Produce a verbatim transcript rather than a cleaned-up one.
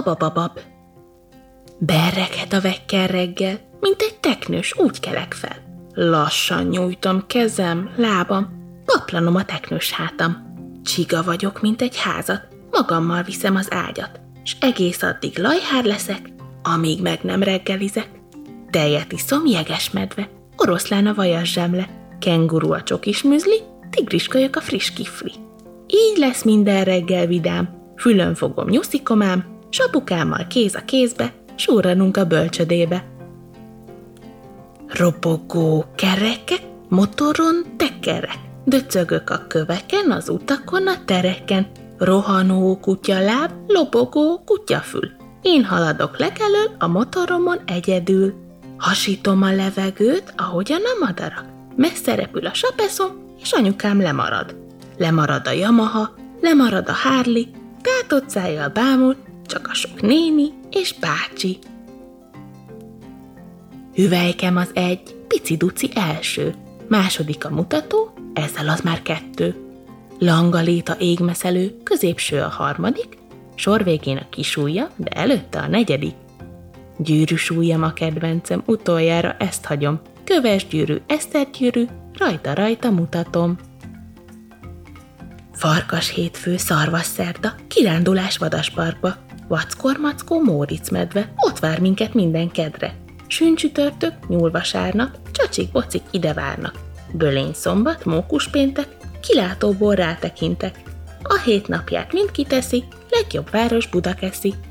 babababab. Berreghet a vekker reggel, mint egy teknős, úgy kelek fel. Lassan nyújtom kezem, lábam, paplanom a teknős hátam. Csiga vagyok, mint egy házat, magammal viszem az ágyat, s egész addig lajhár leszek, amíg meg nem reggelizek. Tejet iszom, jegesmedve, oroszlán a vajas zsemle, kenguru a csokis műzli, tigriskajak a friss kifli. Így lesz minden reggel vidám, fülön fogom nyuszikomám, s apukámmal kéz a kézbe, surranunk a bölcsödébe. Ropogó kerekek, motoron tekerek, döcögök a köveken, az utakon, a tereken, rohanó kutyaláb, lobogó kutyafül. Én haladok legelől a motoromon egyedül. Hasítom a levegőt, ahogyan a madarak. Messze repül a sapeszom, és anyukám lemarad. Lemarad a Yamaha, lemarad a Harley, tátott szájjal bámul, csak a sok néni és bácsi. Hüvelykem az egy, pici duci első, második a mutató, ezzel az már kettő. Langaléta égmeszelő, középső a harmadik, sor végén a kisujja, de előtte a negyedik. Gyűrűs ujjam a kedvencem, utoljára ezt hagyom, köves gyűrű, esztergyűrű, rajta-rajta mutatom. Farkas hétfő, szarvas szerda, kirándulás vadasparkba, vackor-mackó Móricz medve, ott vár minket minden kedre. Sűncsütörtök, nyúlvasárnap, csacsik-bocik ide várnak. Bölény szombat, mókuspéntek, kilátóból rátekintek. A hét napját mind kiteszi, legjobb város Budakeszi.